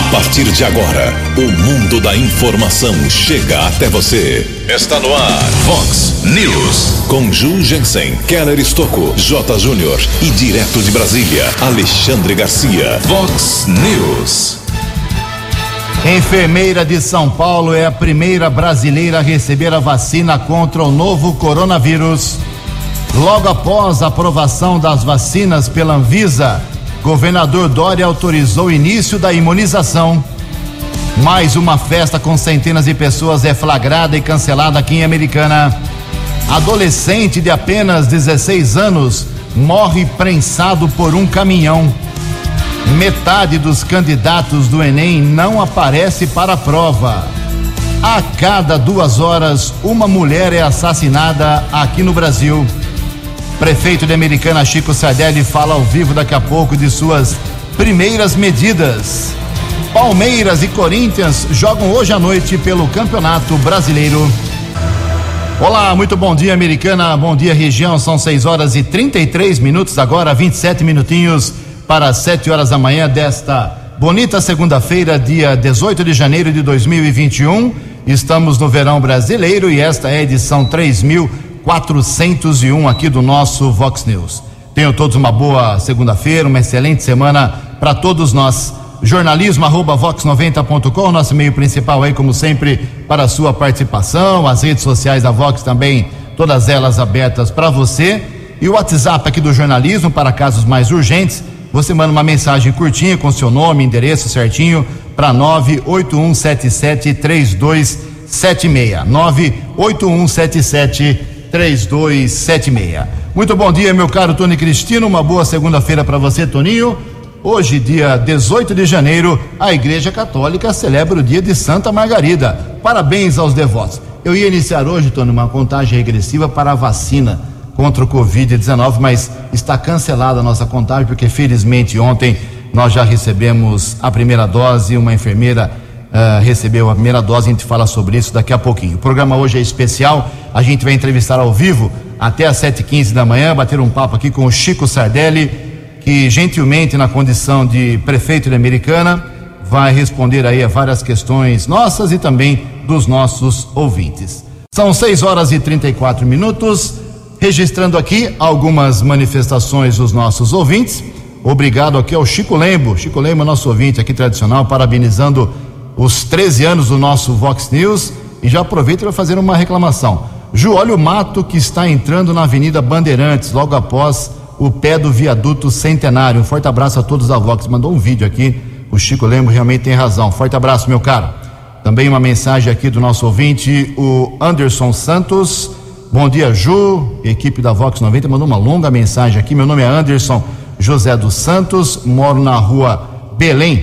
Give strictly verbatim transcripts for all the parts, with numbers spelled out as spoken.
A partir de agora, o mundo da informação chega até você. Está no ar, Vox News. Com Ju Jensen, Keller Estocco, J. Júnior e direto de Brasília, Alexandre Garcia. Vox News. Enfermeira de São Paulo é a primeira brasileira a receber a vacina contra o novo coronavírus. Logo após a aprovação das vacinas pela Anvisa, governador Dória autorizou o início da imunização. Mais uma festa com centenas de pessoas é flagrada e cancelada aqui em Americana. Adolescente de apenas dezesseis anos morre prensado por um caminhão. Metade dos candidatos do Enem não aparece para a prova. A cada duas horas, uma mulher é assassinada aqui no Brasil. Prefeito de Americana, Chico Sardelli, fala ao vivo daqui a pouco de suas primeiras medidas. Palmeiras e Corinthians jogam hoje à noite pelo Campeonato Brasileiro. Olá, muito bom dia, Americana, bom dia, região. São seis horas e trinta e três minutos agora, vinte e sete minutinhos para sete horas da manhã desta bonita segunda-feira, dia dezoito de janeiro de dois mil e vinte e um. Estamos no verão brasileiro e esta é a edição três mil quatrocentos e um aqui do nosso Vox News. Tenham todos uma boa segunda-feira, uma excelente semana para todos nós. Jornalismo arroba vox noventa ponto com, nosso e-mail principal aí, como sempre, para a sua participação. As redes sociais da Vox também, todas elas abertas para você. E o WhatsApp aqui do jornalismo, para casos mais urgentes, você manda uma mensagem curtinha com seu nome, endereço certinho para nove oito um sete sete três dois sete seis. nove oito um sete sete três dois sete seis. Muito bom dia, meu caro Tony Cristino. Uma boa segunda-feira para você, Toninho. Hoje, dia dezoito de janeiro, a Igreja Católica celebra o dia de Santa Margarida. Parabéns aos devotos. Eu ia iniciar hoje, Tony, uma contagem regressiva para a vacina contra o covid dezenove, mas está cancelada a nossa contagem, porque felizmente ontem nós já recebemos a primeira dose, uma enfermeira uh, recebeu a primeira dose, a gente fala sobre isso daqui a pouquinho. O programa hoje é especial, a gente vai entrevistar ao vivo até às sete e quinze da manhã, bater um papo aqui com o Chico Sardelli, que gentilmente, na condição de prefeito de Americana, vai responder aí a várias questões nossas e também dos nossos ouvintes. São seis horas e trinta e quatro minutos, registrando aqui algumas manifestações dos nossos ouvintes. Obrigado aqui ao Chico Lembo. Chico Lembo é nosso ouvinte aqui tradicional, parabenizando os treze anos do nosso Vox News. E já aproveito para fazer uma reclamação. Ju, olha o mato que está entrando na Avenida Bandeirantes, logo após o pé do viaduto Centenário. Um forte abraço a todos da Vox. Mandou um vídeo aqui, o Chico Lembo realmente tem razão. Forte abraço, meu caro. Também uma mensagem aqui do nosso ouvinte, o Anderson Santos. Bom dia, Ju, equipe da Vox noventa, mandou uma longa mensagem aqui. Meu nome é Anderson José dos Santos, moro na rua Belém,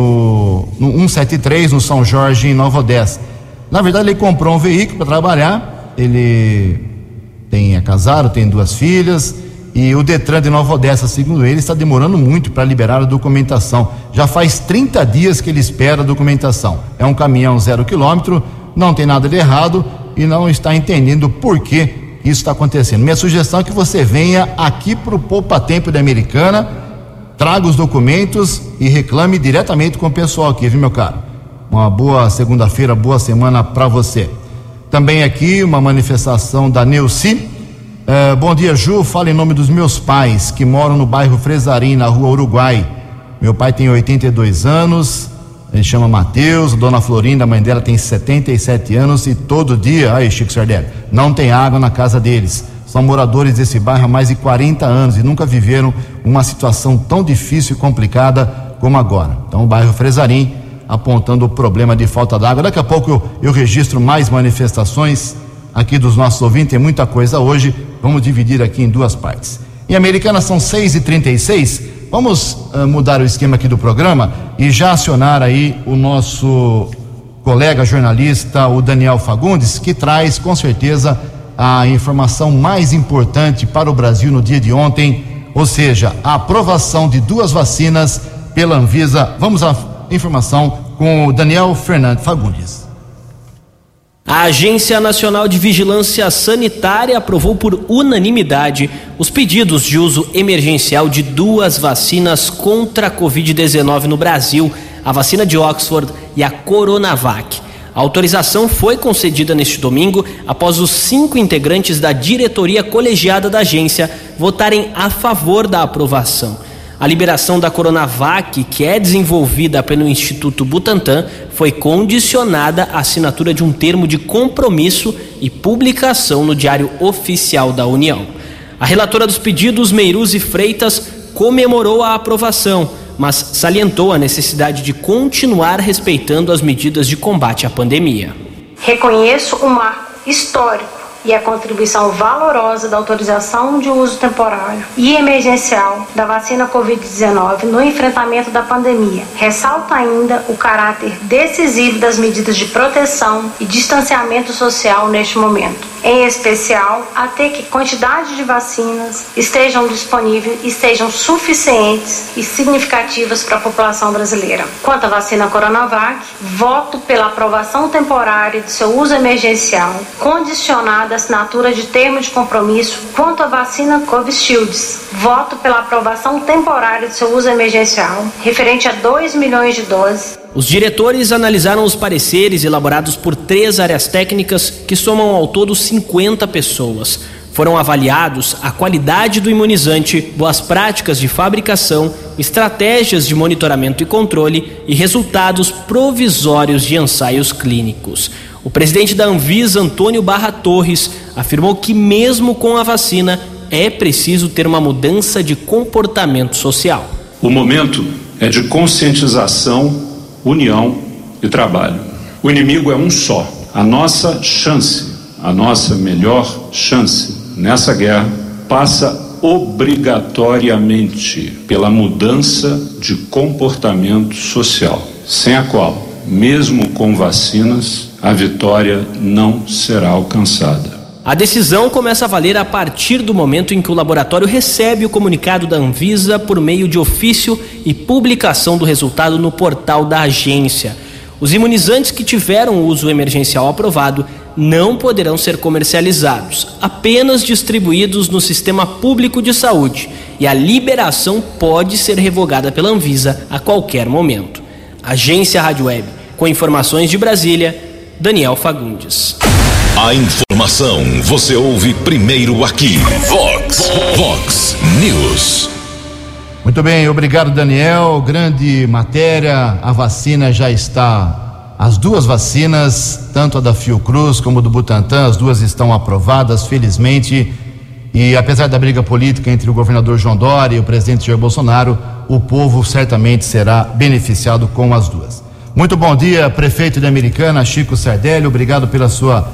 no, no cento e setenta e três, no São Jorge, em Nova Odessa. Na verdade, ele comprou um veículo para trabalhar, ele tem, é casado, tem duas filhas, e o Detran de Nova Odessa, segundo ele, está demorando muito para liberar a documentação. Já faz trinta dias que ele espera a documentação. É um caminhão zero quilômetro, não tem nada de errado, e não está entendendo por que isso está acontecendo. Minha sugestão é que você venha aqui para o Poupa Tempo da Americana, traga os documentos e reclame diretamente com o pessoal aqui, viu, meu caro? Uma boa segunda-feira, boa semana para você. Também aqui uma manifestação da Neuci. Uh, bom dia, Ju, falo em nome dos meus pais que moram no bairro Fresarim, na rua Uruguai. Meu pai tem oitenta e dois anos, ele chama Matheus, a dona Florinda, a mãe dela, tem setenta e sete anos e todo dia, aí Chico Sardelli, não tem água na casa deles. São moradores desse bairro há mais de quarenta anos e nunca viveram uma situação tão difícil e complicada como agora. Então o bairro Fresarim apontando o problema de falta d'água. Daqui a pouco eu, eu registro mais manifestações aqui dos nossos ouvintes, tem muita coisa hoje, vamos dividir aqui em duas partes. Em Americana são seis e trinta e seis, vamos uh, mudar o esquema aqui do programa e já acionar aí o nosso colega jornalista, o Daniel Fagundes, que traz com certeza a informação mais importante para o Brasil no dia de ontem, ou seja, a aprovação de duas vacinas pela Anvisa. Vamos à informação com o Daniel Fernandes Fagundes. A Agência Nacional de Vigilância Sanitária aprovou por unanimidade os pedidos de uso emergencial de duas vacinas contra a covid dezenove no Brasil. a vacina de Oxford e a Coronavac. A autorização foi concedida neste domingo após os cinco integrantes da diretoria colegiada da agência votarem a favor da aprovação. A liberação da Coronavac, que é desenvolvida pelo Instituto Butantan, foi condicionada à assinatura de um termo de compromisso e publicação no Diário Oficial da União. A relatora dos pedidos, Meiruzi Freitas, comemorou a aprovação, mas salientou a necessidade de continuar respeitando as medidas de combate à pandemia. Reconheço o marco histórico e a contribuição valorosa da autorização de uso temporário e emergencial da vacina covid dezenove no enfrentamento da pandemia. Ressalta ainda o caráter decisivo das medidas de proteção e distanciamento social neste momento, em especial até que quantidade de vacinas estejam disponíveis e sejam suficientes e significativas para a população brasileira. Quanto à vacina Coronavac, voto pela aprovação temporária de seu uso emergencial, condicionada assinatura de termo de compromisso. Quanto à vacina Covishield, voto pela aprovação temporária de seu uso emergencial, referente a dois milhões de doses. Os diretores analisaram os pareceres elaborados por três áreas técnicas que somam ao todo cinquenta pessoas. Foram avaliados a qualidade do imunizante, boas práticas de fabricação, estratégias de monitoramento e controle e resultados provisórios de ensaios clínicos. O presidente da Anvisa, Antônio Barra Torres, afirmou que mesmo com a vacina é preciso ter uma mudança de comportamento social. O momento é de conscientização, união e trabalho. O inimigo é um só. A nossa chance, a nossa melhor chance nessa guerra passa obrigatoriamente pela mudança de comportamento social, sem a qual, mesmo com vacinas, a vitória não será alcançada. A decisão começa a valer a partir do momento em que o laboratório recebe o comunicado da Anvisa por meio de ofício e publicação do resultado no portal da agência. Os imunizantes que tiveram o uso emergencial aprovado não poderão ser comercializados, apenas distribuídos no sistema público de saúde, e a liberação pode ser revogada pela Anvisa a qualquer momento. Agência Rádio Web, com informações de Brasília, Daniel Fagundes. A informação você ouve primeiro aqui. Vox, Vox News. Muito bem, obrigado, Daniel. Grande matéria. A vacina já está, as duas vacinas, tanto a da Fiocruz como a do Butantan, as duas estão aprovadas, felizmente. E apesar da briga política entre o governador João Dória e o presidente Jair Bolsonaro, o povo certamente será beneficiado com as duas. Muito bom dia, prefeito de Americana, Chico Sardelli. Obrigado pela sua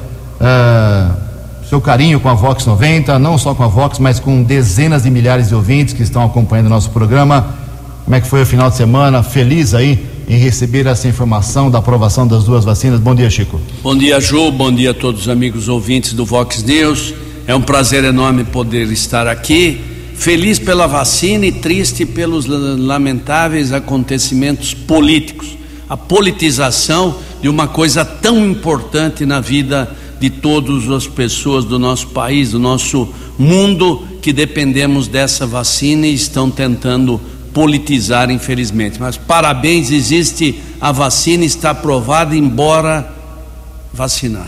uh, seu carinho com a Vox noventa, não só com a Vox, mas com dezenas de milhares de ouvintes que estão acompanhando o nosso programa. Como é que foi o final de semana? Feliz aí em receber essa informação da aprovação das duas vacinas. Bom dia, Chico. Bom dia, Ju. Bom dia a todos os amigos ouvintes do Vox News. É um prazer enorme poder estar aqui. Feliz pela vacina e triste pelos lamentáveis acontecimentos políticos. A politização de uma coisa tão importante na vida de todas as pessoas do nosso país, do nosso mundo, que dependemos dessa vacina e estão tentando politizar, infelizmente. Mas parabéns, existe a vacina, está aprovada, embora vacinar.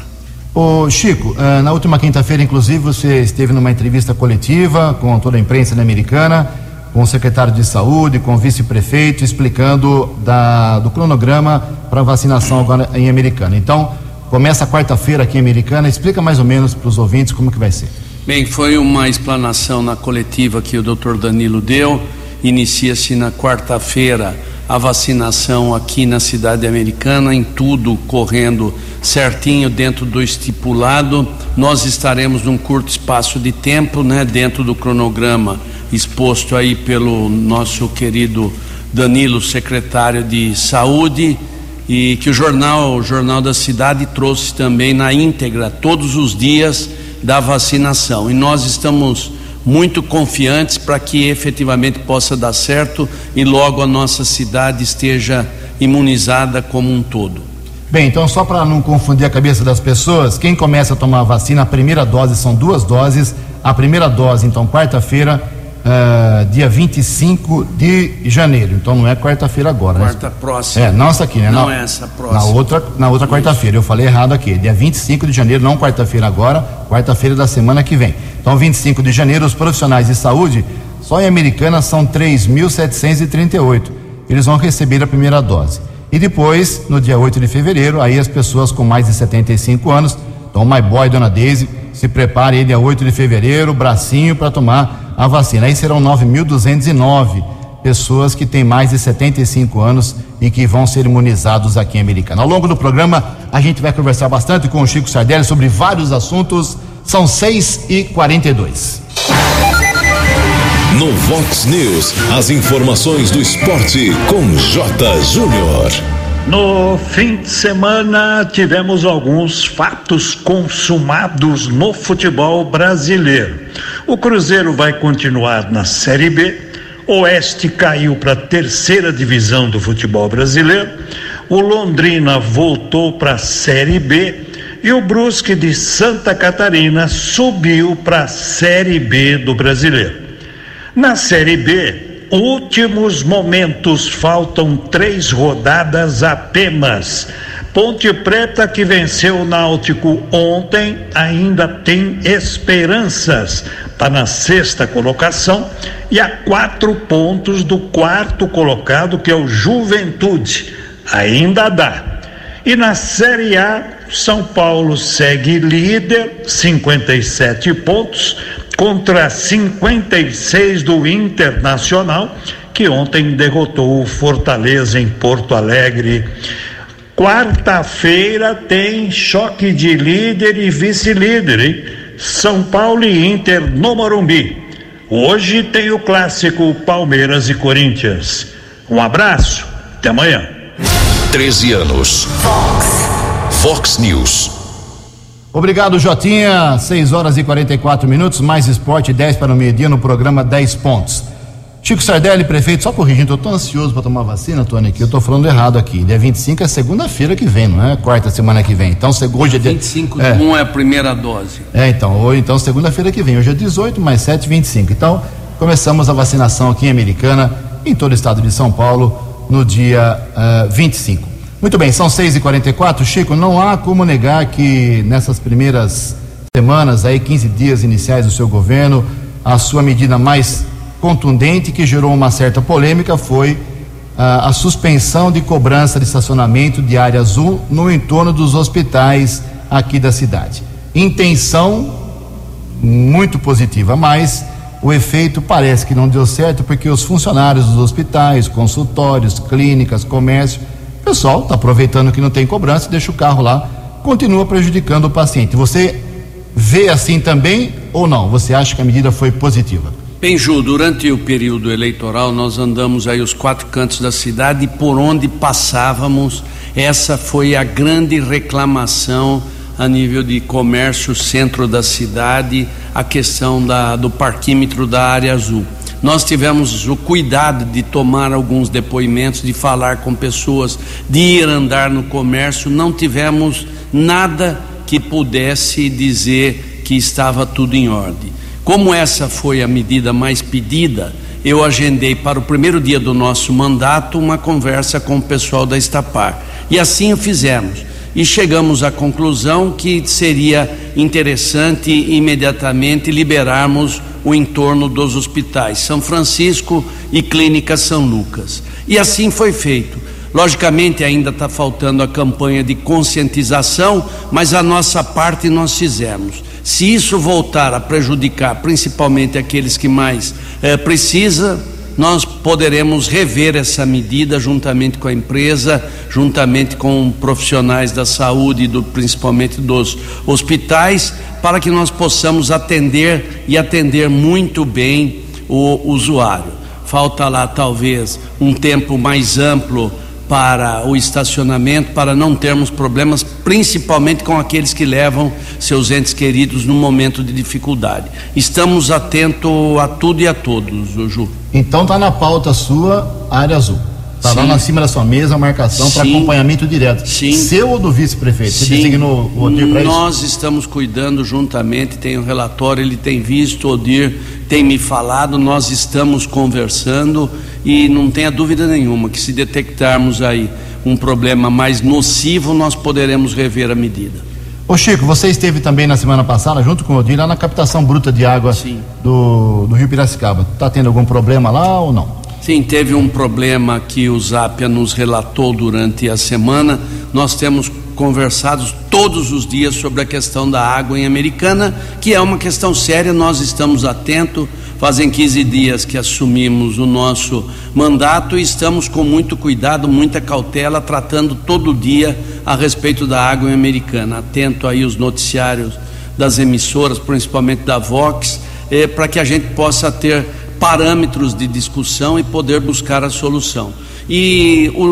Ô Chico, na última quinta-feira, inclusive, você esteve numa entrevista coletiva com toda a imprensa Americana, com o secretário de saúde, com o vice-prefeito, explicando da, do cronograma para vacinação agora em Americana. Então, começa quarta-feira aqui em Americana. Explica mais ou menos para os ouvintes como que vai ser. Bem, foi uma explanação na coletiva que o doutor Danilo deu. Inicia-se na quarta-feira a vacinação aqui na cidade americana, em tudo correndo certinho dentro do estipulado. Nós estaremos num curto espaço de tempo, né, dentro do cronograma exposto aí pelo nosso querido Danilo, secretário de saúde, e que o jornal, o Jornal da Cidade trouxe também na íntegra todos os dias da vacinação, e nós estamos muito confiantes para que efetivamente possa dar certo e logo a nossa cidade esteja imunizada como um todo. Bem, então só para não confundir a cabeça das pessoas, quem começa a tomar a vacina, a primeira dose são duas doses, a primeira dose então quarta-feira uh, dia vinte e cinco de janeiro. Então não é quarta-feira agora, quarta né? próxima. É, não essa aqui, né? Não, não na, é essa próxima. Na outra, na outra quarta-feira. Eu falei errado aqui. Dia vinte e cinco de janeiro, não quarta-feira agora, quarta-feira da semana que vem. Então, vinte e cinco de janeiro, os profissionais de saúde, só em Americana, são três mil setecentos e trinta e oito. Eles vão receber a primeira dose. E depois, no dia oito de fevereiro, aí as pessoas com mais de setenta e cinco anos, então my boy, dona Deise, se prepare aí dia oito de fevereiro, bracinho para tomar a vacina. Aí serão nove mil duzentos e nove pessoas que têm mais de setenta e cinco anos e que vão ser imunizados aqui em Americana. Ao longo do programa, a gente vai conversar bastante com o Chico Sardelli sobre vários assuntos. São seis e quarenta e dois. No Vox News, as informações do esporte com J. Júnior. No fim de semana, tivemos alguns fatos consumados no futebol brasileiro. O Cruzeiro vai continuar na Série B, Oeste caiu para a terceira divisão do futebol brasileiro, o Londrina voltou para a Série B e o Brusque de Santa Catarina subiu para a Série B do brasileiro. Na Série B, últimos momentos, faltam três rodadas apenas. Ponte Preta, que venceu o Náutico ontem, ainda tem esperanças. Está na sexta colocação e a quatro pontos do quarto colocado, que é o Juventude. Ainda dá. E na Série A, São Paulo segue líder, cinquenta e sete pontos, contra cinquenta e seis do Internacional, que ontem derrotou o Fortaleza em Porto Alegre. Quarta-feira tem choque de líder e vice-líder, hein? São Paulo e Inter no Morumbi. Hoje tem o clássico Palmeiras e Corinthians. Um abraço, até amanhã. treze anos. Fox. Fox News. Obrigado, Jotinha. seis horas e quarenta e quatro minutos, mais esporte, dez para o meio-dia no programa dez pontos. Chico Sardelli, prefeito, só corrigindo, eu tô ansioso para tomar vacina, Tony, aqui eu tô falando errado aqui. Dia vinte e cinco é segunda-feira que vem, não é quarta semana que vem. Então, hoje é dia... vinte e cinco de um é a primeira dose. É, então, ou então segunda-feira que vem. Hoje é dezoito mais sete, vinte e cinco. Então, começamos a vacinação aqui em Americana, em todo o estado de São Paulo, no dia uh, vinte e cinco. Muito bem, são seis e quarenta e quatro. Chico, não há como negar que nessas primeiras semanas, aí quinze dias iniciais do seu governo, a sua medida mais contundente, que gerou uma certa polêmica, foi ah, a suspensão de cobrança de estacionamento de área azul no entorno dos hospitais aqui da cidade. Intenção muito positiva, mas o efeito parece que não deu certo, porque os funcionários dos hospitais, consultórios, clínicas, comércio, o pessoal está aproveitando que não tem cobrança e deixa o carro lá, continua prejudicando o paciente. Você vê assim também ou não? Você acha que a medida foi positiva? Bem, Ju, durante o período eleitoral nós andamos aí os quatro cantos da cidade e por onde passávamos, essa foi a grande reclamação a nível de comércio, centro da cidade, a questão da, do parquímetro da área azul. Nós tivemos o cuidado de tomar alguns depoimentos, de falar com pessoas, de ir andar no comércio, não tivemos nada que pudesse dizer que estava tudo em ordem. Como essa foi a medida mais pedida, eu agendei para o primeiro dia do nosso mandato uma conversa com o pessoal da Estapar. E assim o fizemos. E chegamos à conclusão que seria interessante imediatamente liberarmos o entorno dos hospitais São Francisco e Clínica São Lucas. E assim foi feito. Logicamente ainda está faltando a campanha de conscientização, mas a nossa parte nós fizemos. Se isso voltar a prejudicar principalmente aqueles que mais eh, precisam, nós poderemos rever essa medida juntamente com a empresa, juntamente com profissionais da saúde, do, principalmente dos hospitais, para que nós possamos atender e atender muito bem o usuário. Falta lá talvez um tempo mais amplo para o estacionamento, para não termos problemas, principalmente com aqueles que levam seus entes queridos no momento de dificuldade. Estamos atentos a tudo e a todos, Ju. Então está na pauta sua área azul. Está lá em cima da sua mesa a marcação para acompanhamento direto. Sim. Seu ou do vice-prefeito? Você Sim. designou o Odir para isso? Nós estamos cuidando juntamente, tem um relatório, ele tem visto, o Odir tem me falado, nós estamos conversando e não tenha dúvida nenhuma que se detectarmos aí um problema mais nocivo, nós poderemos rever a medida. Ô Chico, você esteve também na semana passada junto com o Odir lá na captação bruta de água do, do Rio Piracicaba. Está tendo algum problema lá ou não? Sim, teve um problema que o Zapia nos relatou durante a semana. Nós temos conversado todos os dias sobre a questão da água em Americana, que é uma questão séria, nós estamos atentos. Fazem quinze dias que assumimos o nosso mandato e estamos com muito cuidado, muita cautela, tratando todo dia a respeito da água em Americana. Atento aí os noticiários das emissoras, principalmente da Vox, eh, para que a gente possa ter parâmetros de discussão e poder buscar a solução. E o,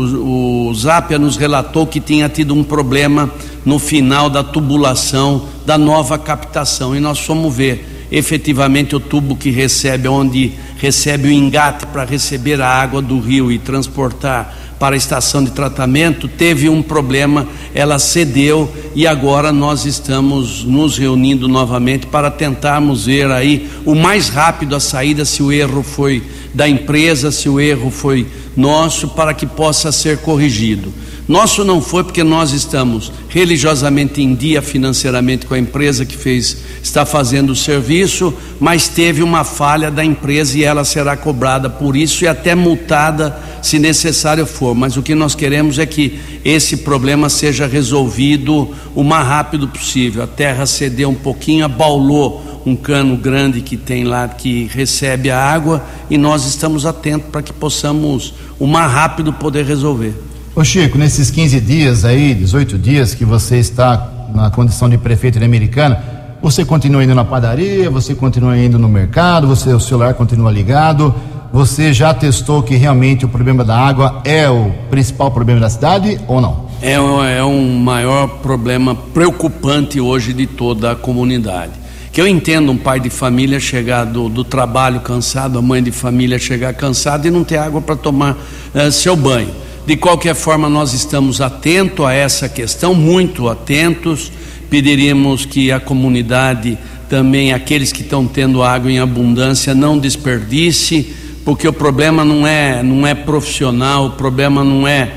o, o Zapia nos relatou que tinha tido um problema no final da tubulação da nova captação, e nós fomos ver efetivamente o tubo que recebe, onde recebe o engate para receber a água do rio e transportar para a estação de tratamento, teve um problema, ela cedeu e agora nós estamos nos reunindo novamente para tentarmos ver aí o mais rápido a saída, se o erro foi da empresa, se o erro foi nosso, para que possa ser corrigido. Nosso não foi, porque nós estamos religiosamente em dia financeiramente com a empresa que fez, está fazendo o serviço, mas teve uma falha da empresa e ela será cobrada por isso e até multada se necessário for. Mas o que nós queremos é que esse problema seja resolvido o mais rápido possível. A terra cedeu um pouquinho, abaulou um cano grande que tem lá que recebe a água e nós estamos atentos para que possamos o mais rápido poder resolver. Ô Chico, nesses quinze dias aí, dezoito dias que você está na condição de prefeito de Americana, você continua indo na padaria, você continua indo no mercado, você, o celular continua ligado, você já testou que realmente o problema da água é o principal problema da cidade ou não? É, é um maior problema preocupante hoje de toda a comunidade. Que eu entendo um pai de família chegar do, do trabalho cansado, a mãe de família chegar cansada e não ter água para tomar uh, seu banho. De qualquer forma, nós estamos atentos a essa questão, muito atentos. Pediríamos que a comunidade também, aqueles que estão tendo água em abundância, não desperdice, porque o problema não é, não é profissional, o problema não é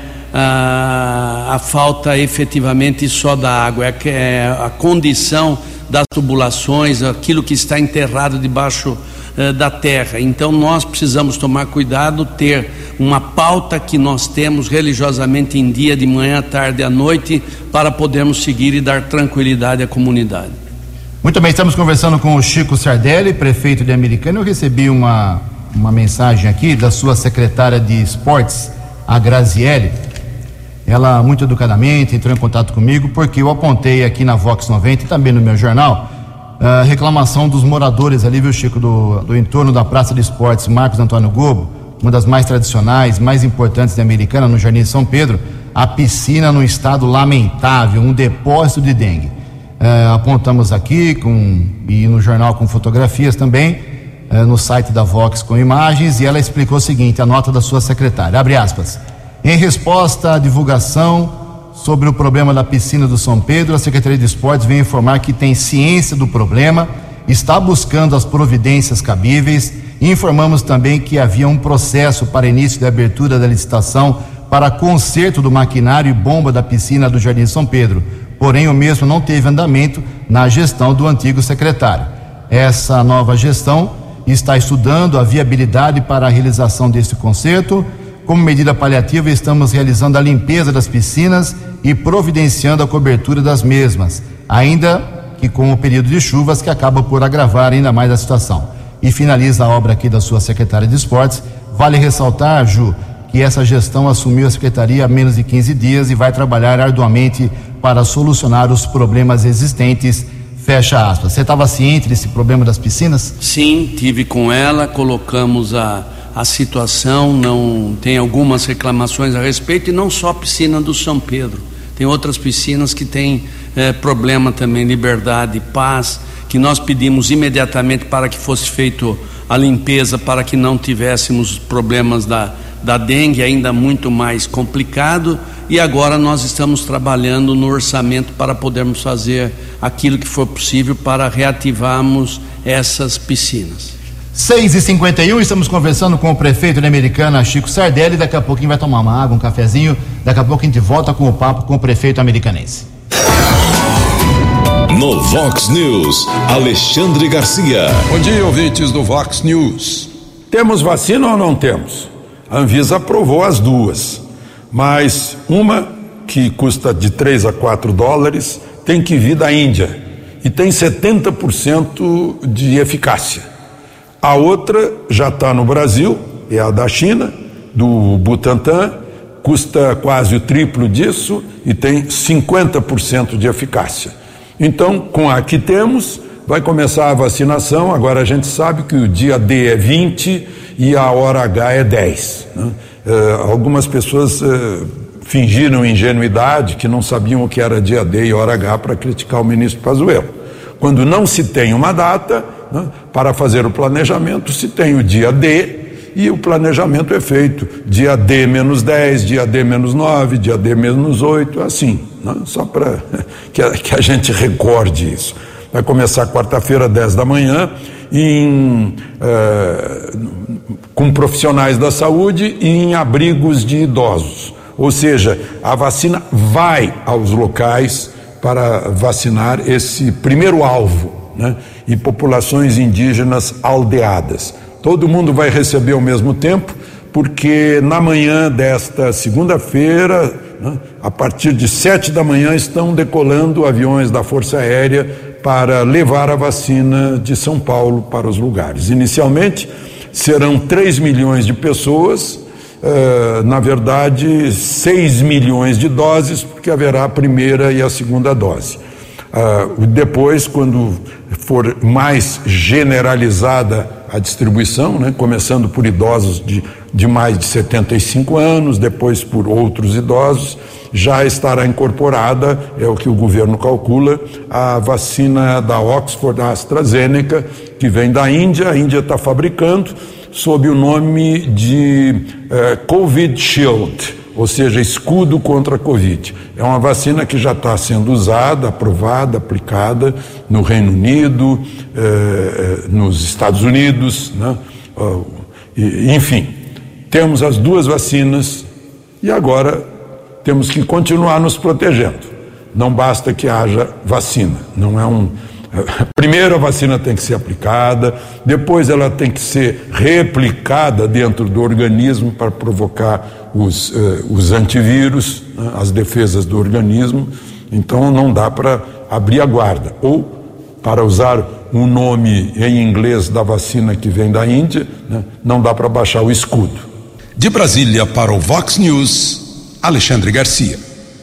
a, a falta efetivamente só da água, é, é a condição das tubulações, aquilo que está enterrado debaixo da terra. Então nós precisamos tomar cuidado, ter uma pauta que nós temos religiosamente em dia, de manhã, à tarde e à noite, para podermos seguir e dar tranquilidade à comunidade. Muito bem, estamos conversando com o Chico Sardelli, prefeito de Americana. Eu recebi uma, uma mensagem aqui da sua secretária de esportes, a Graziele. Ela muito educadamente entrou em contato comigo porque eu apontei aqui na Vox noventa e também no meu jornal a reclamação dos moradores ali, viu, Chico, do, do entorno da Praça de Esportes Marcos Antônio Gobo, uma das mais tradicionais, mais importantes de Americana, no Jardim São Pedro, a piscina no estado lamentável, um depósito de dengue. Uh, apontamos aqui com, e no jornal com fotografias também, uh, no site da Vox com imagens, e ela explicou o seguinte, a nota da sua secretária, abre aspas, em resposta à divulgação sobre o problema da piscina do São Pedro, a Secretaria de Esportes vem informar que tem ciência do problema, está buscando as providências cabíveis e informamos também que havia um processo para início de abertura da licitação para conserto do maquinário e bomba da piscina do Jardim São Pedro, porém o mesmo não teve andamento na gestão do antigo secretário. Essa nova gestão está estudando a viabilidade para a realização desse conserto. Como medida paliativa, estamos realizando a limpeza das piscinas e providenciando a cobertura das mesmas, ainda que com o período de chuvas que acaba por agravar ainda mais a situação. E finaliza a obra aqui da sua secretária de esportes. Vale ressaltar, Ju, que essa gestão assumiu a secretaria há menos de quinze dias e vai trabalhar arduamente para solucionar os problemas existentes. Fecha aspas. Você estava ciente desse problema das piscinas? Sim, tive com ela, colocamos a a situação, não tem algumas reclamações a respeito, e não só a piscina do São Pedro, tem outras piscinas que têm é, problema também, Liberdade, Paz, que nós pedimos imediatamente para que fosse feito a limpeza para que não tivéssemos problemas da, da dengue ainda muito mais complicado, e agora nós estamos trabalhando no orçamento para podermos fazer aquilo que for possível para reativarmos essas piscinas. seis e cinquenta e um, estamos conversando com o prefeito da Americana, Chico Sardelli. Daqui a pouquinho vai tomar uma água, um cafezinho. Daqui a pouco a gente volta com o papo com o prefeito americanense. No Vox News, Alexandre Garcia. Bom dia, ouvintes do Vox News. Temos vacina ou não temos? A Anvisa aprovou as duas, mas uma que custa de três a quatro dólares tem que vir da Índia e tem setenta por cento de eficácia. A outra já está no Brasil, é a da China, do Butantan, custa quase o triplo disso e tem cinquenta por cento de eficácia. Então, com a que temos, vai começar a vacinação. Agora a gente sabe que o dia D é vinte e a hora H é dez. Né? Uh, algumas pessoas uh, fingiram ingenuidade, que não sabiam o que era dia D e hora H, para criticar o ministro Pazuello. Quando não se tem uma data, né, para fazer o planejamento, se tem o dia D e o planejamento é feito dia D menos dez, dia D menos nove, dia D menos oito, assim, né, só para que, que a gente recorde isso. Vai começar quarta-feira, dez da manhã, em, eh, com profissionais da saúde e em abrigos de idosos. Ou seja, a vacina vai aos locais para vacinar esse primeiro alvo, né? E populações indígenas aldeadas. Todo mundo vai receber ao mesmo tempo, porque na manhã desta segunda-feira, né, a partir de sete da manhã, estão decolando aviões da Força Aérea para levar a vacina de São Paulo para os lugares. Inicialmente, serão três milhões de pessoas, uh, na verdade, seis milhões de doses, porque haverá a primeira e a segunda dose. Uh, depois, quando for mais generalizada a distribuição, né, começando por idosos de, de mais de setenta e cinco anos, depois por outros idosos, já estará incorporada, é o que o governo calcula, a vacina da Oxford, a AstraZeneca, que vem da Índia. A Índia está fabricando sob o nome de uh, Covid Shield, ou seja, escudo contra a Covid. É uma vacina que já está sendo usada, aprovada, aplicada no Reino Unido, eh, nos Estados Unidos, né? Uh, e, enfim, temos as duas vacinas e agora temos que continuar nos protegendo. Não basta que haja vacina, não é um... Primeiro a vacina tem que ser aplicada, depois ela tem que ser replicada dentro do organismo para provocar os, uh, os antivírus, né, as defesas do organismo. Então não dá para abrir a guarda. Ou, para usar um nome em inglês da vacina que vem da Índia, né, não dá para baixar o escudo. De Brasília para o Vox News, Alexandre Garcia.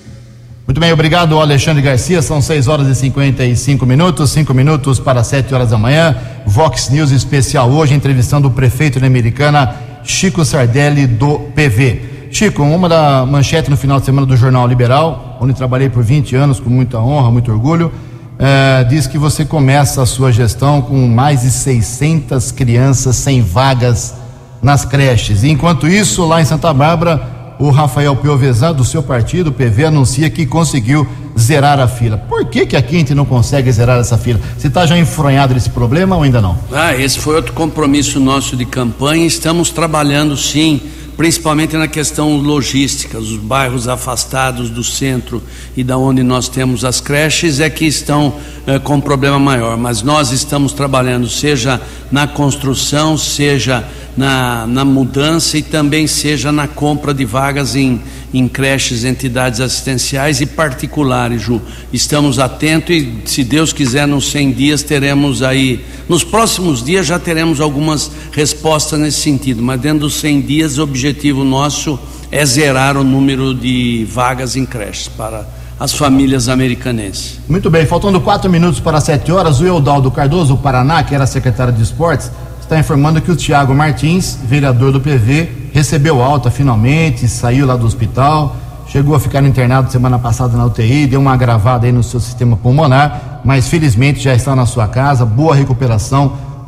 Muito bem, obrigado, Alexandre Garcia. São seis horas e cinquenta e cinco minutos, cinco minutos para sete horas da manhã. Vox News especial hoje, entrevistando o prefeito da Americana, Chico Sardelli, do P V. Chico, uma da manchete no final de semana do Jornal Liberal, onde trabalhei por vinte anos com muita honra, muito orgulho, eh, diz que você começa a sua gestão com mais de seiscentas crianças sem vagas nas creches. E enquanto isso, lá em Santa Bárbara, o Rafael Piovesan, do seu partido, o P V, anuncia que conseguiu zerar a fila. Por que que aqui a gente não consegue zerar essa fila? Você está já enfronhado nesse problema ou ainda não? Ah, esse foi outro compromisso nosso de campanha. Estamos trabalhando, sim, principalmente na questão logística. Os bairros afastados do centro e da onde nós temos as creches é que estão eh, com um problema maior. Mas nós estamos trabalhando, seja na construção, seja na, na mudança e também seja na compra de vagas em, em creches, entidades assistenciais e particulares, Ju. Estamos atentos e, se Deus quiser, nos cem dias teremos aí, nos próximos dias já teremos algumas respostas nesse sentido, mas dentro dos cem dias o objetivo nosso é zerar o número de vagas em creches para as famílias americanenses. Muito bem, faltando quatro minutos para sete horas, o Eudaldo Cardoso, o Paraná, que era secretário de esportes, está informando que o Tiago Martins, vereador do P V, recebeu alta finalmente, saiu lá do hospital, chegou a ficar internado semana passada na U T I, deu uma agravada aí no seu sistema pulmonar, mas felizmente já está na sua casa, boa recuperação.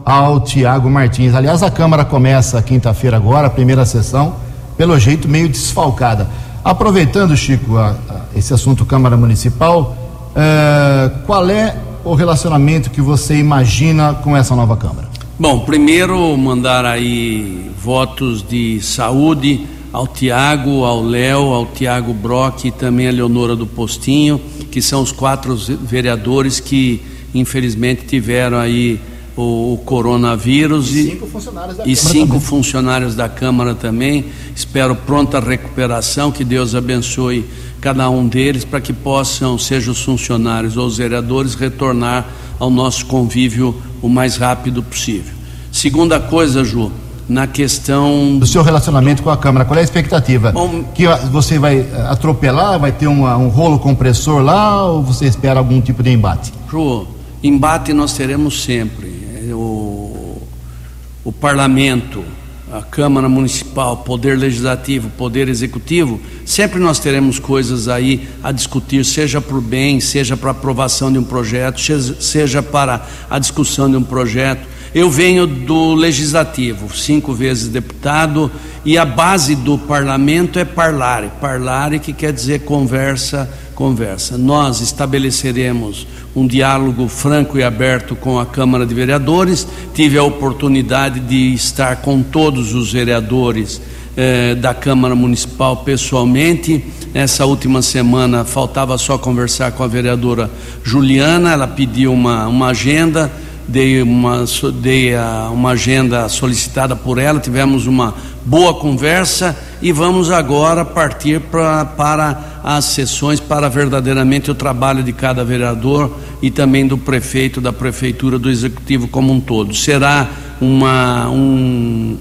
ao Tiago Martins. Aliás, a Câmara começa quinta-feira agora, a primeira sessão, pelo jeito meio desfalcada. Aproveitando, Chico, a, a, esse assunto Câmara Municipal, uh, qual é o relacionamento que você imagina com essa nova Câmara? Bom, primeiro mandar aí votos de saúde ao Tiago, ao Léo, ao Tiago Brock e também a Leonora do Postinho, que são os quatro vereadores que infelizmente tiveram aí o, o coronavírus e cinco funcionários da e Câmara cinco também. funcionários da Câmara também. Espero pronta recuperação, que Deus abençoe cada um deles para que possam, seja os funcionários ou os vereadores, retornar ao nosso convívio o mais rápido possível. Segunda coisa, Ju, na questão do seu relacionamento com a Câmara, qual é a expectativa? Bom, que você vai atropelar, vai ter uma, um rolo compressor lá, ou você espera algum tipo de embate? Ju, embate nós teremos sempre. O, o Parlamento, a Câmara Municipal, Poder Legislativo, Poder Executivo, sempre nós teremos coisas aí a discutir, seja para o bem, seja para a aprovação de um projeto, seja para a discussão de um projeto. Eu venho do Legislativo, cinco vezes deputado, e a base do Parlamento é parlare, parlare que quer dizer conversa, conversa. Nós estabeleceremos um diálogo franco e aberto com a Câmara de Vereadores. Tive a oportunidade de estar com todos os vereadores eh, da Câmara Municipal pessoalmente. Nessa última semana faltava só conversar com a vereadora Juliana, ela pediu uma, uma agenda, dei, uma, dei a, uma agenda solicitada por ela, tivemos uma boa conversa e vamos agora partir pra, para as sessões, para verdadeiramente o trabalho de cada vereador e também do prefeito, da prefeitura, do executivo como um todo. Será uma, um,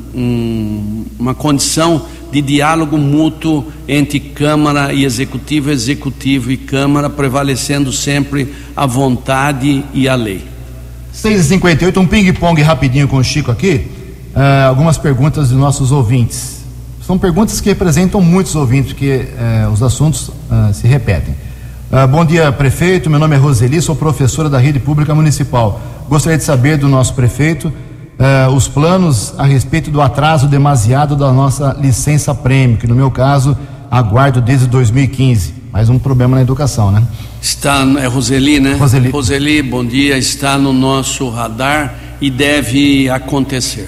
um, uma condição de diálogo mútuo entre Câmara e Executivo, Executivo e Câmara, prevalecendo sempre a vontade e a lei. seis e cinquenta e oito, um ping-pong rapidinho com o Chico aqui. Uh, algumas perguntas dos nossos ouvintes. São perguntas que representam muitos ouvintes, porque uh, os assuntos uh, se repetem. Uh, bom dia, prefeito. Meu nome é Roseli, sou professora da Rede Pública Municipal. Gostaria de saber do nosso prefeito uh, os planos a respeito do atraso demasiado da nossa licença prêmio, que no meu caso aguardo desde dois mil e quinze. Mais um problema na educação, né? Está, é Roseli, né? Roseli. Roseli, bom dia. Está no nosso radar e deve acontecer.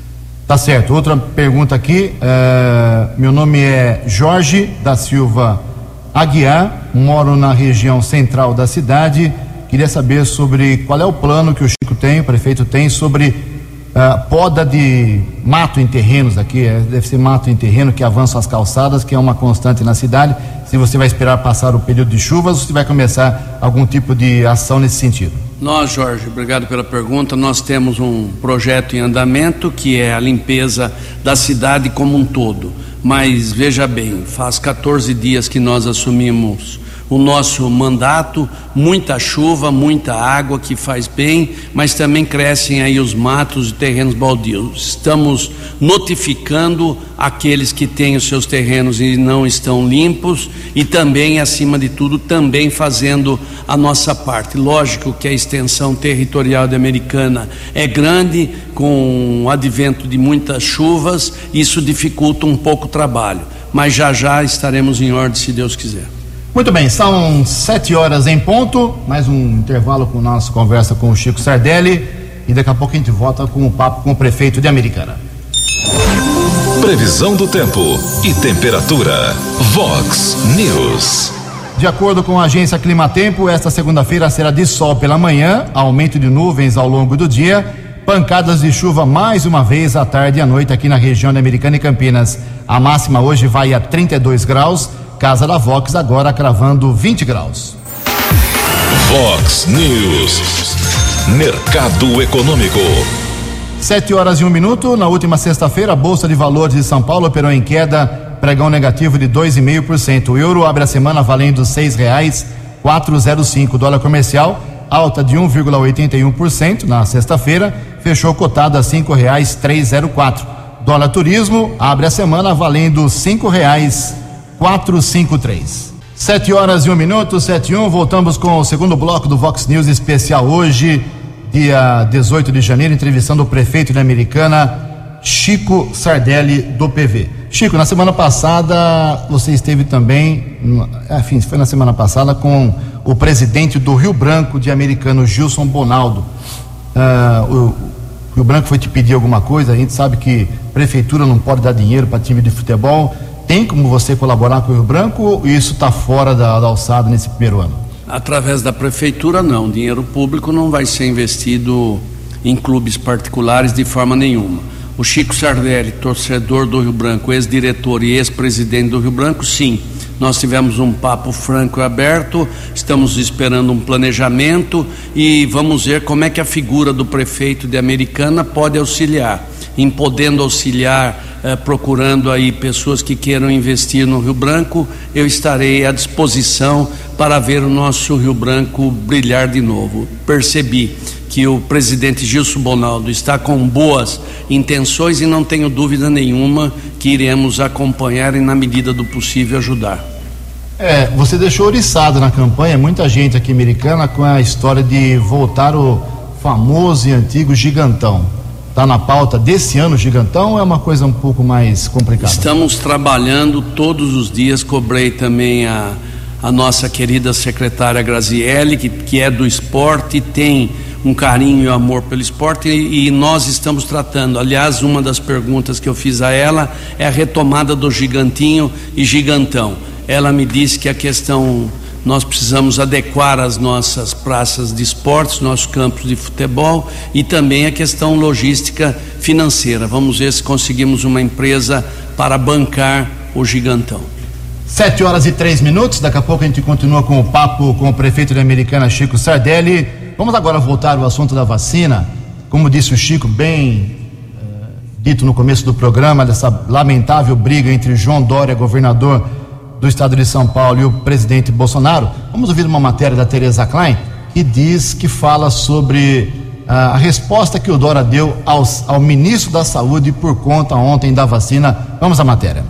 Tá certo. Outra pergunta aqui. Uh, meu nome é Jorge da Silva Aguiar, moro na região central da cidade. Queria saber sobre qual é o plano que o Chico tem, o prefeito tem, sobre uh, poda de mato em terrenos aqui. É, deve ser mato em terreno que avança as calçadas, que é uma constante na cidade. Se você vai esperar passar o período de chuvas ou se vai começar algum tipo de ação nesse sentido. Nós, Jorge, obrigado pela pergunta. Nós temos um projeto em andamento que é a limpeza da cidade como um todo. Mas veja bem, faz quatorze dias que nós assumimos o nosso mandato, muita chuva, muita água que faz bem, mas também crescem aí os matos e terrenos baldios. Estamos notificando aqueles que têm os seus terrenos e não estão limpos e também, acima de tudo, também fazendo a nossa parte. Lógico que a extensão territorial da Americana é grande, com o advento de muitas chuvas, isso dificulta um pouco o trabalho, mas já já estaremos em ordem, se Deus quiser. Muito bem, são sete horas em ponto, mais um intervalo com nossa conversa com o Chico Sardelli e daqui a pouco a gente volta com o papo com o prefeito de Americana. Previsão do tempo e temperatura. Vox News. De acordo com a agência Climatempo, esta segunda-feira será de sol pela manhã, aumento de nuvens ao longo do dia, pancadas de chuva mais uma vez à tarde e à noite aqui na região da Americana e Campinas. A máxima hoje vai a trinta e dois graus. Casa da Vox agora cravando vinte graus. Vox News. Mercado Econômico. Sete horas e um minuto. Na última sexta-feira, a Bolsa de Valores de São Paulo operou em queda, pregão negativo de dois vírgula cinco por cento. O euro abre a semana valendo seis reais quatrocentos e cinco. O dólar comercial, alta de um vírgula oitenta e um por cento na sexta-feira, fechou cotado a cinco reais trezentos e quatro. Dólar turismo abre a semana valendo cinco reais quatrocentos e cinquenta e três. Sete horas e um minuto, sete e um, voltamos com o segundo bloco do Vox News especial hoje, dia dezoito de janeiro, entrevistando o prefeito de Americana, Chico Sardelli, do P V. Chico, na semana passada você esteve também, enfim, foi na semana passada com o presidente do Rio Branco de Americana, Gilson Bonaldo. Uh, o Rio Branco foi te pedir alguma coisa, a gente sabe que prefeitura não pode dar dinheiro para time de futebol. Tem como você colaborar com o Rio Branco ou isso está fora da, da alçada nesse primeiro ano? Através da prefeitura não, dinheiro público não vai ser investido em clubes particulares de forma nenhuma. O Chico Sardelli, torcedor do Rio Branco, ex-diretor e ex-presidente do Rio Branco, sim, nós tivemos um papo franco e aberto, estamos esperando um planejamento e vamos ver como é que a figura do prefeito de Americana pode auxiliar, em podendo auxiliar, eh, procurando aí pessoas que queiram investir no Rio Branco, eu estarei à disposição para ver o nosso Rio Branco brilhar de novo. Percebi que o presidente Gilson Bonaldo está com boas intenções e não tenho dúvida nenhuma que iremos acompanhar e na medida do possível ajudar. É, você deixou oriçado na campanha muita gente aqui americana com a história de voltar o famoso e antigo gigantão. Está na pauta desse ano o gigantão ou é uma coisa um pouco mais complicada? Estamos trabalhando todos os dias, cobrei também a, a nossa querida secretária Graziele, que, que é do esporte, tem um carinho e amor pelo esporte e, e nós estamos tratando. Aliás, uma das perguntas que eu fiz a ela é a retomada do gigantinho e gigantão. Ela me disse que a questão, nós precisamos adequar as nossas praças de esportes, nossos campos de futebol e também a questão logística financeira. Vamos ver se conseguimos uma empresa para bancar o gigantão. Sete horas e três minutos, daqui a pouco a gente continua com o papo com o prefeito de Americana, Chico Sardelli. Vamos agora voltar ao assunto da vacina. Como disse o Chico, bem eh, dito no começo do programa, dessa lamentável briga entre João Dória, governador do estado de São Paulo, e o presidente Bolsonaro. Vamos ouvir uma matéria da Tereza Klein, que diz, que fala sobre ah, a resposta que o Dória deu aos, ao ministro da Saúde por conta ontem da vacina. Vamos à matéria.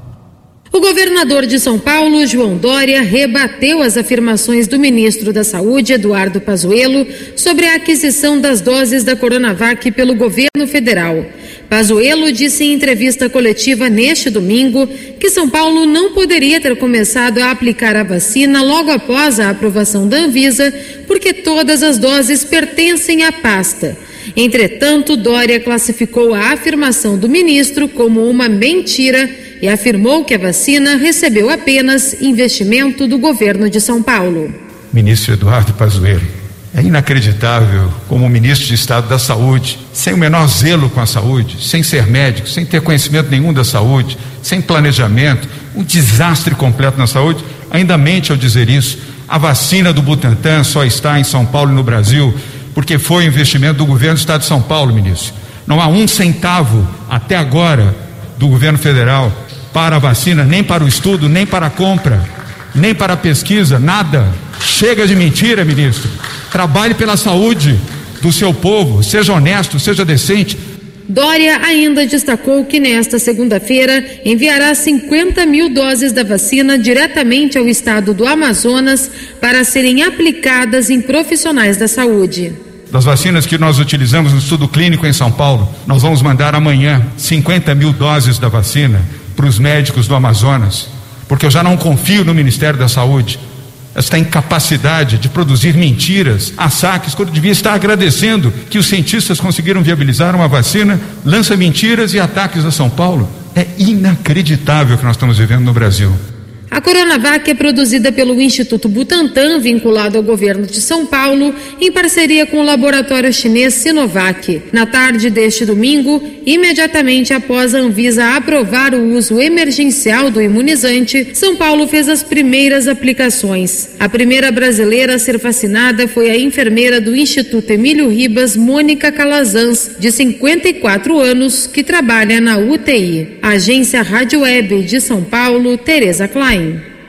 O governador de São Paulo, João Dória, rebateu as afirmações do ministro da Saúde, Eduardo Pazuello, sobre a aquisição das doses da Coronavac pelo governo federal. Pazuello disse em entrevista coletiva neste domingo que São Paulo não poderia ter começado a aplicar a vacina logo após a aprovação da Anvisa, porque todas as doses pertencem à pasta. Entretanto, Dória classificou a afirmação do ministro como uma mentira e afirmou que a vacina recebeu apenas investimento do governo de São Paulo. Ministro Eduardo Pazuello, é inacreditável como o ministro de Estado da Saúde, sem o menor zelo com a saúde, sem ser médico, sem ter conhecimento nenhum da saúde, sem planejamento, um desastre completo na saúde, ainda mente ao dizer isso. A vacina do Butantan só está em São Paulo e no Brasil porque foi investimento do governo do Estado de São Paulo, ministro. Não há um centavo até agora do governo federal para a vacina, nem para o estudo, nem para a compra, nem para a pesquisa, nada. Chega de mentira, ministro. Trabalhe pela saúde do seu povo, seja honesto, seja decente. Dória ainda destacou que nesta segunda-feira enviará cinquenta mil doses da vacina diretamente ao estado do Amazonas para serem aplicadas em profissionais da saúde. Das vacinas que nós utilizamos no estudo clínico em São Paulo, nós vamos mandar amanhã cinquenta mil doses da vacina para os médicos do Amazonas, porque eu já não confio no Ministério da Saúde. Esta incapacidade de produzir mentiras, saques, quando devia estar agradecendo que os cientistas conseguiram viabilizar uma vacina, lança mentiras e ataques a São Paulo. É inacreditável o que nós estamos vivendo no Brasil. A Coronavac é produzida pelo Instituto Butantan, vinculado ao governo de São Paulo, em parceria com o laboratório chinês Sinovac. Na tarde deste domingo, imediatamente após a Anvisa aprovar o uso emergencial do imunizante, São Paulo fez as primeiras aplicações. A primeira brasileira a ser vacinada foi a enfermeira do Instituto Emílio Ribas, Mônica Calazans, de cinquenta e quatro anos, que trabalha na U T I. Agência Rádio Web de São Paulo, Tereza Klein.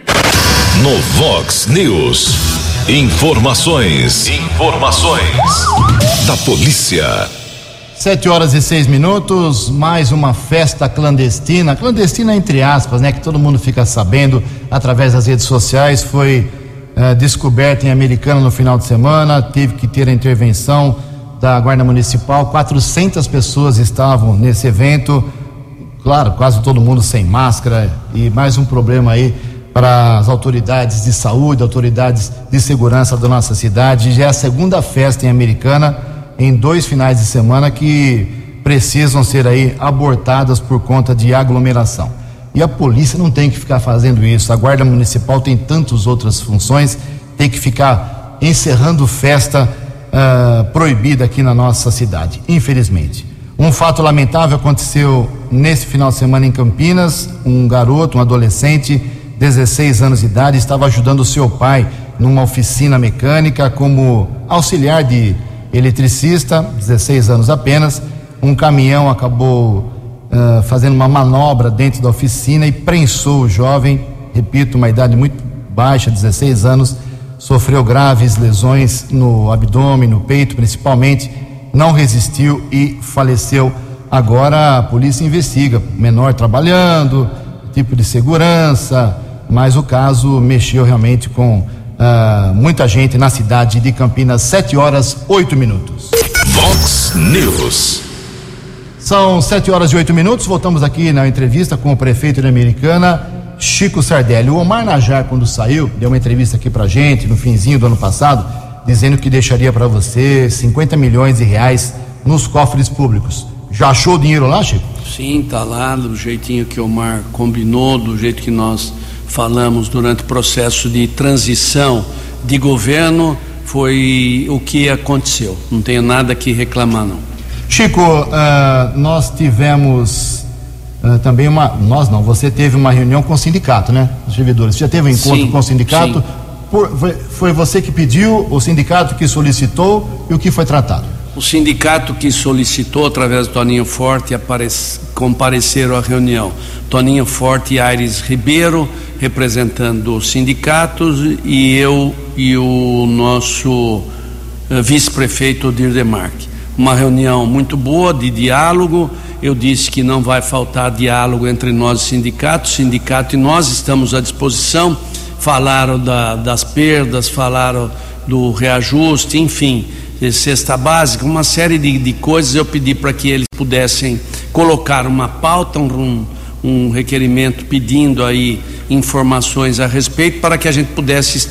No Vox News, informações, informações da polícia. Sete horas e seis minutos, mais uma festa clandestina, clandestina entre aspas, né, que todo mundo fica sabendo através das redes sociais, foi uh, descoberta em Americana no final de semana, teve que ter a intervenção da Guarda Municipal, quatrocentas pessoas estavam nesse evento, claro, quase todo mundo sem máscara, e mais um problema aí para as autoridades de saúde, autoridades de segurança da nossa cidade. Já é a segunda festa em Americana em dois finais de semana que precisam ser aí abortadas por conta de aglomeração. E a polícia não tem que ficar fazendo isso, a Guarda Municipal tem tantas outras funções, tem que ficar encerrando festa uh, proibida aqui na nossa cidade, infelizmente. Um fato lamentável aconteceu nesse final de semana em Campinas. Um garoto, um adolescente, dezesseis anos de idade, estava ajudando o seu pai numa oficina mecânica como auxiliar de eletricista, dezesseis anos apenas. Um caminhão acabou uh, fazendo uma manobra dentro da oficina e prensou o jovem, repito, uma idade muito baixa, dezesseis anos, sofreu graves lesões no abdômen, no peito principalmente, não resistiu e faleceu. Agora a polícia investiga, menor trabalhando, tipo de segurança, mas o caso mexeu realmente com uh, muita gente na cidade de Campinas. Sete horas, oito minutos. Vox News. São sete horas e oito minutos, voltamos aqui na entrevista com o prefeito de Americana, Chico Sardelli. O Omar Najar, quando saiu, deu uma entrevista aqui pra gente no finzinho do ano passado, dizendo que deixaria para você cinquenta milhões de reais nos cofres públicos. Já achou o dinheiro lá, Chico? Sim, tá lá, do jeitinho que o Omar combinou, do jeito que nós falamos durante o processo de transição de governo, foi o que aconteceu. Não tenho nada que reclamar, não. Chico, uh, nós tivemos uh, também uma... Nós não, você teve uma reunião com o sindicato, né? Os servidores. Você já teve um encontro sim, com o sindicato? Sim. Por, foi, foi você que pediu, o sindicato que solicitou, e o que foi tratado? O sindicato que solicitou, através do Toninho Forte, apareci, compareceram à reunião. Toninho Forte e Aires Ribeiro, representando os sindicatos, e eu e o nosso uh, vice-prefeito Odir Demarque. Uma reunião muito boa, de diálogo. Eu disse que não vai faltar diálogo entre nós e sindicato, sindicato e nós estamos à disposição. Falaram da, das perdas, falaram do reajuste, enfim, cesta básica, uma série de, de coisas. Eu pedi para que eles pudessem colocar uma pauta, um, um requerimento pedindo aí informações a respeito, para que a gente pudesse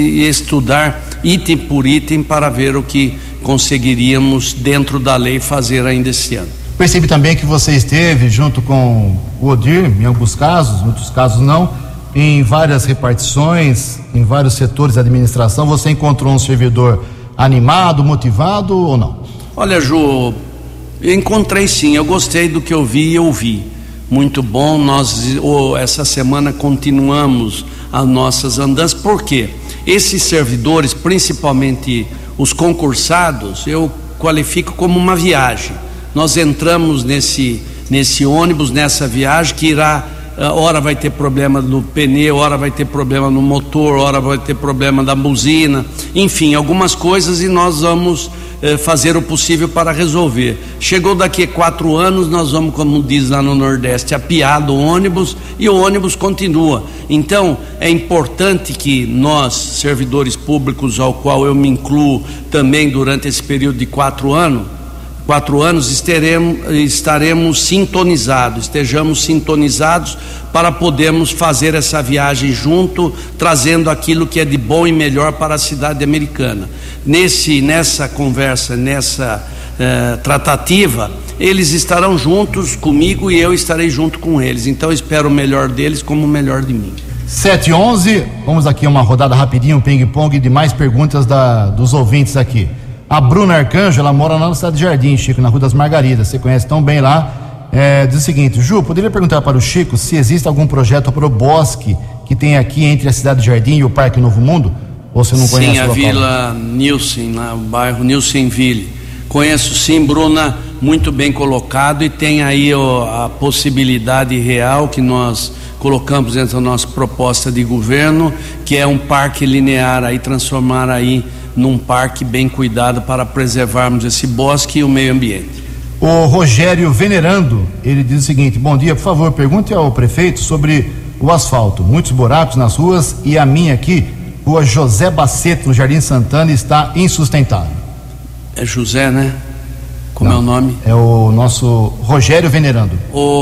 estudar item por item para ver o que conseguiríamos dentro da lei fazer ainda esse ano. Percebi também que você esteve junto com o Odir, em alguns casos, em outros casos não, em várias repartições, em vários setores da administração. Você encontrou um servidor animado, motivado ou não? Olha, Ju, eu encontrei sim, eu gostei do que eu vi e ouvi. Muito bom. Nós oh, essa semana continuamos as nossas andanças. Por quê? Esses servidores, principalmente os concursados, eu qualifico como uma viagem. Nós entramos nesse, nesse ônibus, nessa viagem que irá, hora vai ter problema no pneu, hora vai ter problema no motor, hora vai ter problema da buzina, enfim, algumas coisas, e nós vamos eh, fazer o possível para resolver. Chegou daqui a quatro anos, nós vamos, como diz lá no Nordeste, apiar do ônibus, e o ônibus continua. Então é importante que nós, servidores públicos, ao qual eu me incluo também durante esse período de quatro anos, quatro anos estaremos, estaremos sintonizados, estejamos sintonizados para podermos fazer essa viagem junto, trazendo aquilo que é de bom e melhor para a cidade americana. Nesse, nessa conversa, nessa eh, tratativa, eles estarão juntos comigo e eu estarei junto com eles. Então eu espero o melhor deles como o melhor de mim. sete e onze, vamos aqui uma rodada rapidinho, um ping-pong de mais perguntas da, dos ouvintes aqui. A Bruna Arcanjo, ela mora lá na cidade de Jardim, Chico, na Rua das Margaridas, você conhece tão bem lá. É, diz o seguinte: Ju, poderia perguntar para o Chico se existe algum projeto para o bosque que tem aqui entre a cidade de Jardim e o Parque Novo Mundo? Ou você não sim, conhece o local? Sim, a Vila Nilsen, lá, o bairro Nilsenville. Conheço sim, Bruna, muito bem colocado, e tem aí ó, a possibilidade real que nós colocamos dentro da nossa proposta de governo, que é um parque linear, aí transformar aí num parque bem cuidado para preservarmos esse bosque e o meio ambiente. O Rogério Venerando, ele diz o seguinte: bom dia, por favor, pergunte ao prefeito sobre o asfalto, muitos buracos nas ruas, e a minha aqui, Rua José Baceto, no Jardim Santana, está insustentável. É José, né? Como Não, é o nome? É o nosso Rogério Venerando.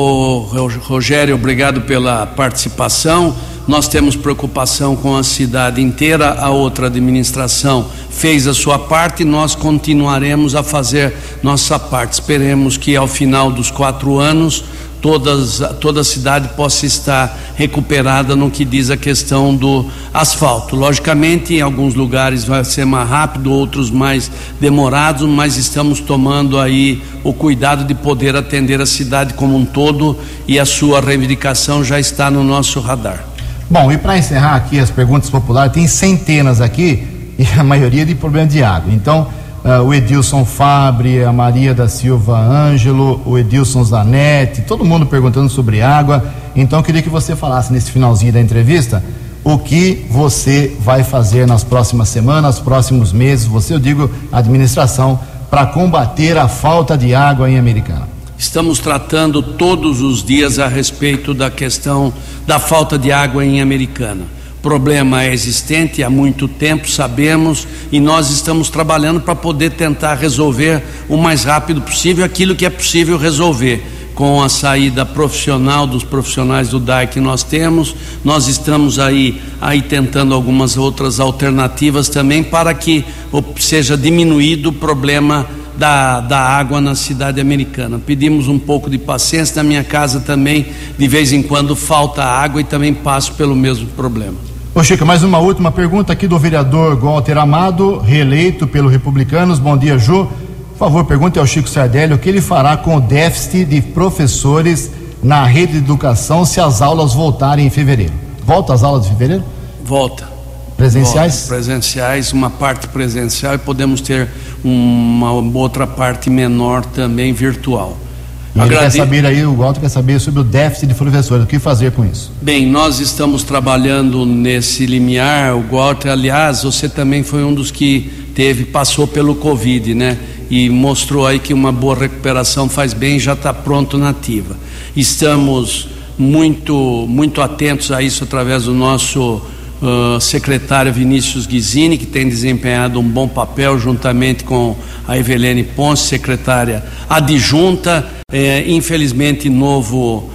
Ô Rogério, obrigado pela participação. Nós temos preocupação com a cidade inteira, a outra administração fez a sua parte, nós continuaremos a fazer nossa parte. Esperemos que ao final dos quatro anos todas, toda a cidade possa estar recuperada no que diz a questão do asfalto. Logicamente, em alguns lugares vai ser mais rápido, outros mais demorados, mas estamos tomando aí o cuidado de poder atender a cidade como um todo, e a sua reivindicação já está no nosso radar. Bom, e para encerrar aqui as perguntas populares, tem centenas aqui, e a maioria de problema de água. Então, uh, o Edilson Fabre, a Maria da Silva Ângelo, o Edilson Zanetti, todo mundo perguntando sobre água. Então, eu queria que você falasse nesse finalzinho da entrevista o que você vai fazer nas próximas semanas, nos próximos meses, você, eu digo, a administração, para combater a falta de água em Americana. Estamos tratando todos os dias a respeito da questão da falta de água em Americana. O problema é existente há muito tempo, sabemos, e nós estamos trabalhando para poder tentar resolver o mais rápido possível aquilo que é possível resolver. Com a saída profissional dos profissionais do D A I que nós temos, nós estamos aí, aí tentando algumas outras alternativas também para que seja diminuído o problema Da, da água na cidade americana. Pedimos um pouco de paciência. Na minha casa também, de vez em quando, falta água e também passo pelo mesmo problema. Ô Chico, mais uma última pergunta aqui do vereador Walter Amado, reeleito pelo Republicanos. Bom dia, Ju. Por favor, pergunte ao Chico Sardelli o que ele fará com o déficit de professores na rede de educação se as aulas voltarem em fevereiro. Volta as aulas de fevereiro? Volta. Presenciais? Volta, presenciais, uma parte presencial, e podemos ter uma outra parte menor também virtual. E ele quer saber aí, o Walter quer saber sobre o déficit de professores, o que fazer com isso? Bem, nós estamos trabalhando nesse limiar. O Walter, aliás, você também foi um dos que teve, passou pelo Covid, né? E mostrou aí que uma boa recuperação faz bem, já está pronto na ativa. Estamos muito, muito atentos a isso através do nosso Uh, secretário Vinícius Guizini, que tem desempenhado um bom papel juntamente com a Evelene Ponce, secretária adjunta. É, infelizmente, novo,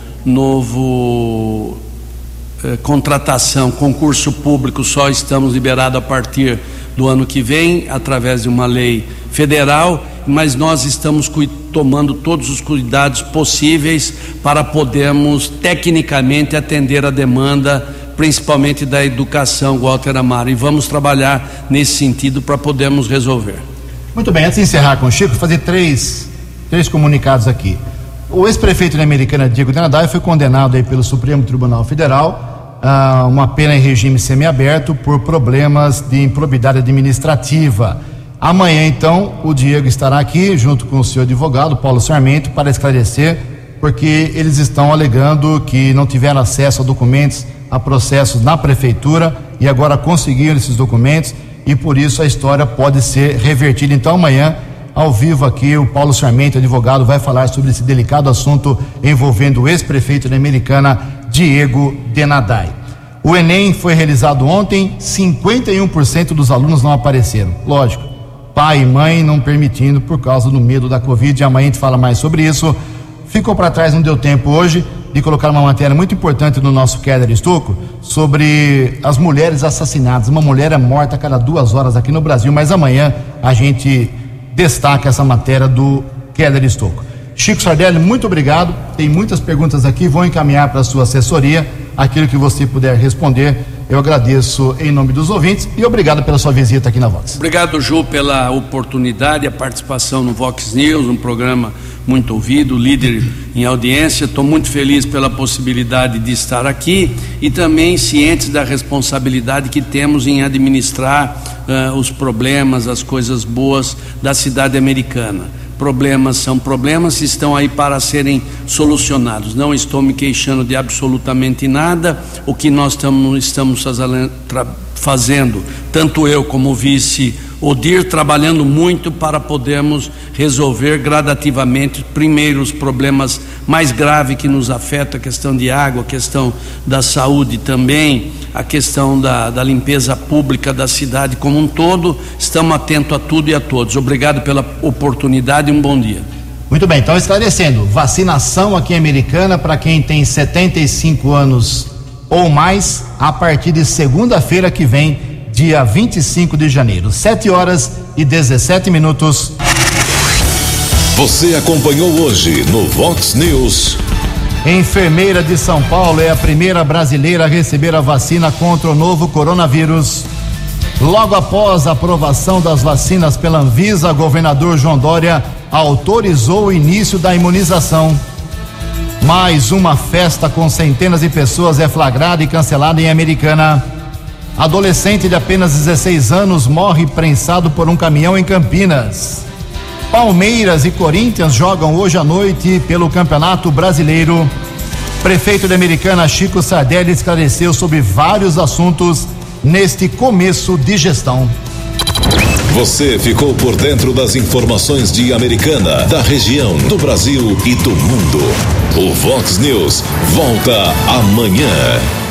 novo eh, contratação, concurso público, só estamos liberados a partir do ano que vem, através de uma lei federal, mas nós estamos tomando todos os cuidados possíveis para podermos tecnicamente atender a demanda, principalmente da educação, Walter Amaro, e vamos trabalhar nesse sentido para podermos resolver. Muito bem, antes de encerrar com o Chico, fazer três, três comunicados aqui. O ex-prefeito da Americana, Diego Denadai, foi condenado aí pelo Supremo Tribunal Federal a uma pena em regime semiaberto por problemas de improbidade administrativa. Amanhã, então, o Diego estará aqui junto com o seu advogado, Paulo Sarmento, para esclarecer, porque eles estão alegando que não tiveram acesso a documentos, a processos na prefeitura, e agora conseguiram esses documentos, e por isso a história pode ser revertida. Então amanhã, ao vivo aqui, o Paulo Sarmento, advogado, vai falar sobre esse delicado assunto envolvendo o ex-prefeito da Americana, Diego Denadai. O Enem foi realizado ontem, cinquenta e um por cento dos alunos não apareceram. Lógico, pai e mãe não permitindo por causa do medo da Covid. Amanhã a gente fala mais sobre isso. Ficou para trás, não deu tempo hoje de colocar uma matéria muito importante no nosso Keller Estocco sobre as mulheres assassinadas. Uma mulher é morta a cada duas horas aqui no Brasil, mas amanhã a gente destaca essa matéria do Keller Estocco. Chico Sardelli, muito obrigado. Tem muitas perguntas aqui, vou encaminhar para a sua assessoria aquilo que você puder responder. Eu agradeço em nome dos ouvintes e obrigado pela sua visita aqui na Vox. Obrigado, Ju, pela oportunidade, a participação no Vox News, um programa muito ouvido, líder em audiência. Estou muito feliz pela possibilidade de estar aqui e também cientes da responsabilidade que temos em administrar uh, os problemas, as coisas boas da cidade americana. Problemas são problemas e estão aí para serem solucionados. Não estou me queixando de absolutamente nada. O que nós estamos, estamos fazendo, tra- fazendo, tanto eu como o vice Odir, trabalhando muito para podermos resolver gradativamente, primeiro os problemas mais graves que nos afetam, a questão de água, a questão da saúde também, a questão da, da limpeza pública da cidade como um todo. Estamos atentos a tudo e a todos. Obrigado pela oportunidade e um bom dia. Muito bem, então esclarecendo, vacinação aqui em Americana para quem tem setenta e cinco anos ou mais, a partir de segunda-feira que vem, dia vinte e cinco de janeiro, sete horas e dezessete minutos. Você acompanhou hoje no Vox News. Enfermeira de São Paulo é a primeira brasileira a receber a vacina contra o novo coronavírus. Logo após a aprovação das vacinas pela Anvisa, governador João Dória autorizou o início da imunização. Mais uma festa com centenas de pessoas é flagrada e cancelada em Americana. Adolescente de apenas dezesseis anos morre prensado por um caminhão em Campinas. Palmeiras e Corinthians jogam hoje à noite pelo Campeonato Brasileiro. Prefeito de Americana, Chico Sardelli, esclareceu sobre vários assuntos neste começo de gestão. Você ficou por dentro das informações de Americana, da região, do Brasil e do mundo. O Vox News volta amanhã.